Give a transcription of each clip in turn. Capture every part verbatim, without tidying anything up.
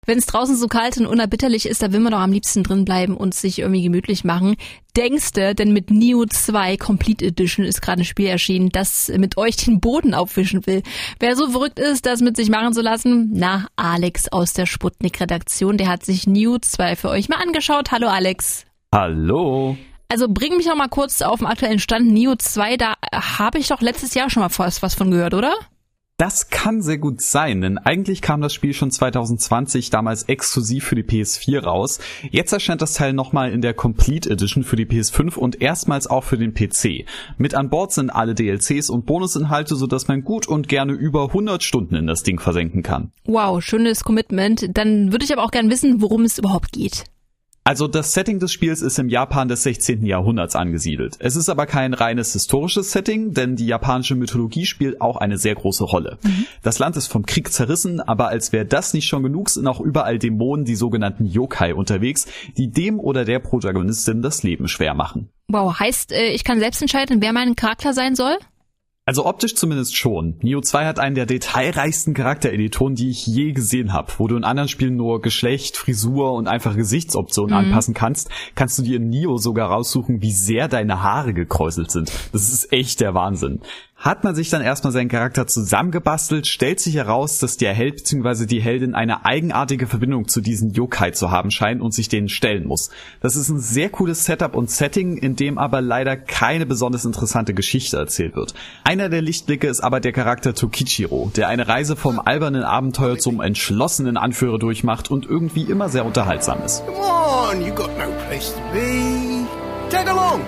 Wenn es draußen so kalt und unerbitterlich ist, da will man doch am liebsten drin bleiben und sich irgendwie gemütlich machen. Denkste, denn mit Nioh zwei Complete Edition ist gerade ein Spiel erschienen, das mit euch den Boden aufwischen will. Wer so verrückt ist, das mit sich machen zu lassen? Na, Alex aus der Sputnik-Redaktion, der hat sich Nioh zwei für euch mal angeschaut. Hallo Alex. Hallo. Also bring mich noch mal kurz auf den aktuellen Stand. Nioh zwei, da habe ich doch letztes Jahr schon mal was von gehört, oder? Das kann sehr gut sein, denn eigentlich kam das Spiel schon zwanzig zwanzig damals exklusiv für die P S vier raus. Jetzt erscheint das Teil nochmal in der Complete Edition für die P S fünf und erstmals auch für den P C. Mit an Bord sind alle D L Cs und Bonusinhalte, sodass man gut und gerne über hundert Stunden in das Ding versenken kann. Wow, schönes Commitment. Dann würde ich aber auch gerne wissen, worum es überhaupt geht. Also das Setting des Spiels ist im Japan des sechzehnten Jahrhunderts angesiedelt. Es ist aber kein reines historisches Setting, denn die japanische Mythologie spielt auch eine sehr große Rolle. Mhm. Das Land ist vom Krieg zerrissen, aber als wäre das nicht schon genug, sind auch überall Dämonen, die sogenannten Yokai, unterwegs, die dem oder der Protagonistin das Leben schwer machen. Wow, heißt, ich kann selbst entscheiden, wer mein Charakter sein soll? Also optisch zumindest schon. Nioh zwei hat einen der detailreichsten Charaktereditoren, die ich je gesehen habe. Wo du in anderen Spielen nur Geschlecht, Frisur und einfach Gesichtsoptionen mhm. anpassen kannst, kannst du dir in Nioh sogar raussuchen, wie sehr deine Haare gekräuselt sind. Das ist echt der Wahnsinn. Hat man sich dann erstmal seinen Charakter zusammengebastelt, stellt sich heraus, dass der Held bzw. die Heldin eine eigenartige Verbindung zu diesen Yokai zu haben scheint und sich denen stellen muss. Das ist ein sehr cooles Setup und Setting, in dem aber leider keine besonders interessante Geschichte erzählt wird. Einer der Lichtblicke ist aber der Charakter Tokichiro, der eine Reise vom albernen Abenteuer zum entschlossenen Anführer durchmacht und irgendwie immer sehr unterhaltsam ist. Come on, you got no place to be. Tag along.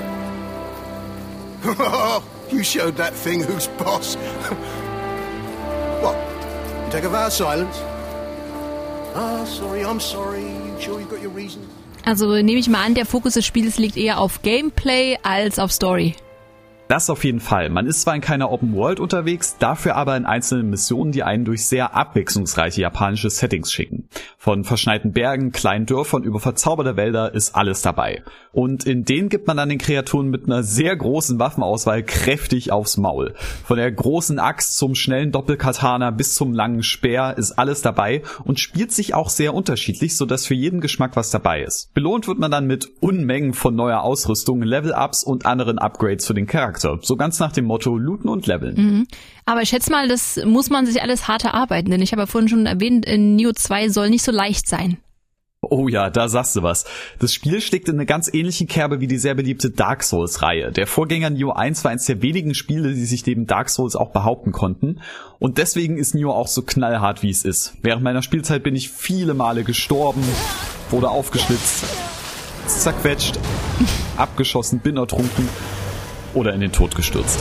You showed that thing who's boss. What? You take a vow of silence? Ah, sorry, I'm sorry. You sure you got your reasons? Also nehme ich mal an, der Fokus des Spiels liegt eher auf Gameplay als auf Story. Das auf jeden Fall. Man ist zwar in keiner Open World unterwegs, dafür aber in einzelnen Missionen, die einen durch sehr abwechslungsreiche japanische Settings schicken. Von verschneiten Bergen, kleinen Dörfern über verzauberte Wälder ist alles dabei. Und in denen gibt man dann den Kreaturen mit einer sehr großen Waffenauswahl kräftig aufs Maul. Von der großen Axt zum schnellen Doppelkatana bis zum langen Speer ist alles dabei und spielt sich auch sehr unterschiedlich, sodass für jeden Geschmack was dabei ist. Belohnt wird man dann mit Unmengen von neuer Ausrüstung, Level-Ups und anderen Upgrades für den Charakter. So ganz nach dem Motto looten und leveln. Mhm. Aber ich schätze mal, das muss man sich alles hart erarbeiten, denn ich habe ja vorhin schon erwähnt, Nioh zwei soll nicht so leicht sein. Oh ja, da sagst du was. Das Spiel schlägt in eine ganz ähnliche Kerbe wie die sehr beliebte Dark Souls-Reihe. Der Vorgänger Nioh eins war eins der wenigen Spiele, die sich neben Dark Souls auch behaupten konnten. Und deswegen ist Nioh auch so knallhart, wie es ist. Während meiner Spielzeit bin ich viele Male gestorben, wurde aufgeschlitzt, zerquetscht, abgeschossen, bin ertrunken oder in den Tod gestürzt.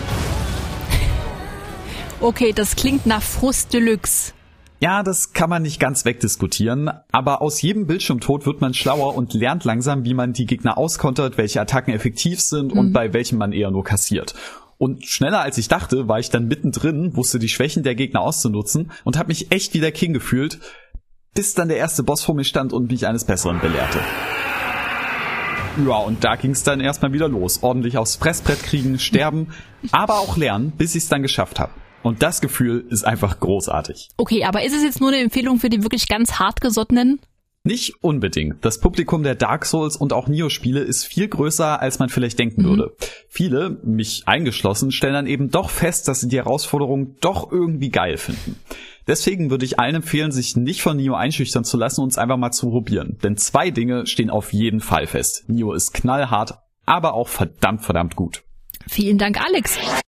Okay, das klingt nach Frust Deluxe. Ja, das kann man nicht ganz wegdiskutieren, aber aus jedem Bildschirmtod wird man schlauer und lernt langsam, wie man die Gegner auskontert, welche Attacken effektiv sind und mhm. bei welchen man eher nur kassiert. Und schneller als ich dachte, war ich dann mittendrin, wusste die Schwächen der Gegner auszunutzen und habe mich echt wie der King gefühlt, bis dann der erste Boss vor mir stand und mich eines Besseren belehrte. Ja, und da ging's dann erstmal wieder los. Ordentlich aufs Fressbrett kriegen, sterben, aber auch lernen, bis ich's dann geschafft habe. Und das Gefühl ist einfach großartig. Okay, aber ist es jetzt nur eine Empfehlung für die wirklich ganz hartgesottenen? Nicht unbedingt. Das Publikum der Dark Souls und auch Nioh-Spiele ist viel größer, als man vielleicht denken mhm. würde. Viele, mich eingeschlossen, stellen dann eben doch fest, dass sie die Herausforderung doch irgendwie geil finden. Deswegen würde ich allen empfehlen, sich nicht von Nioh einschüchtern zu lassen und es einfach mal zu probieren. Denn zwei Dinge stehen auf jeden Fall fest. Nioh ist knallhart, aber auch verdammt, verdammt gut. Vielen Dank, Alex.